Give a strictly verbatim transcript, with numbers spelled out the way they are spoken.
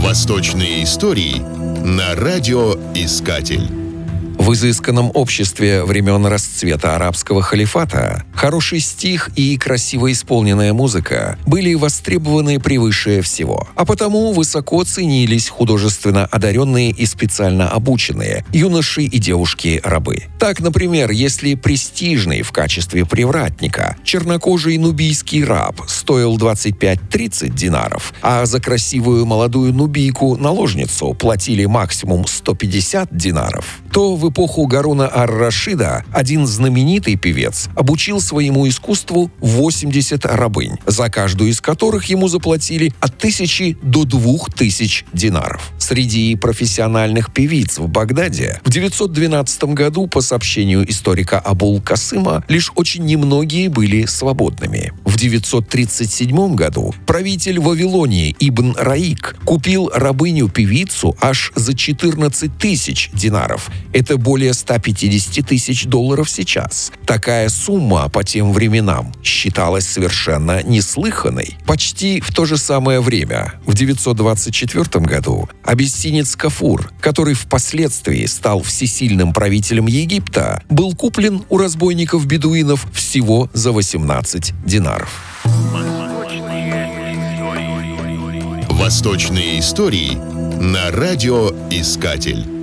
Восточные истории на радиоискатель. В изысканном обществе времен расцвета арабского халифата хороший стих и красиво исполненная музыка были востребованы превыше всего. А потому высоко ценились художественно одаренные и специально обученные юноши и девушки-рабы. Так, например, если престижный в качестве привратника чернокожий нубийский раб стоил двадцать пять-тридцать динаров, а за красивую молодую нубийку-наложницу платили максимум сто пятьдесят динаров, то в эпоху Гаруна ар-Рашида один знаменитый певец обучил своему искусству восемьдесят рабынь, за каждую из которых ему заплатили от тысячи до двух тысяч динаров. Среди профессиональных певиц в Багдаде в девятьсот двенадцатом году, по сообщению историка Абул-Касыма, лишь очень немногие были свободными. В девятьсот тридцать седьмом году правитель Вавилонии Ибн Раик купил рабыню-певицу аж за четырнадцать тысяч динаров. Это более ста пятидесяти тысяч долларов сейчас. Такая сумма по тем временам считалась совершенно неслыханной. Почти в то же самое время, в девятьсот двадцать четвёртом году, абиссинец Кафур, который впоследствии стал всесильным правителем Египта, был куплен у разбойников-бедуинов всего за восемнадцать динаров. Восточные истории на радиоискатель.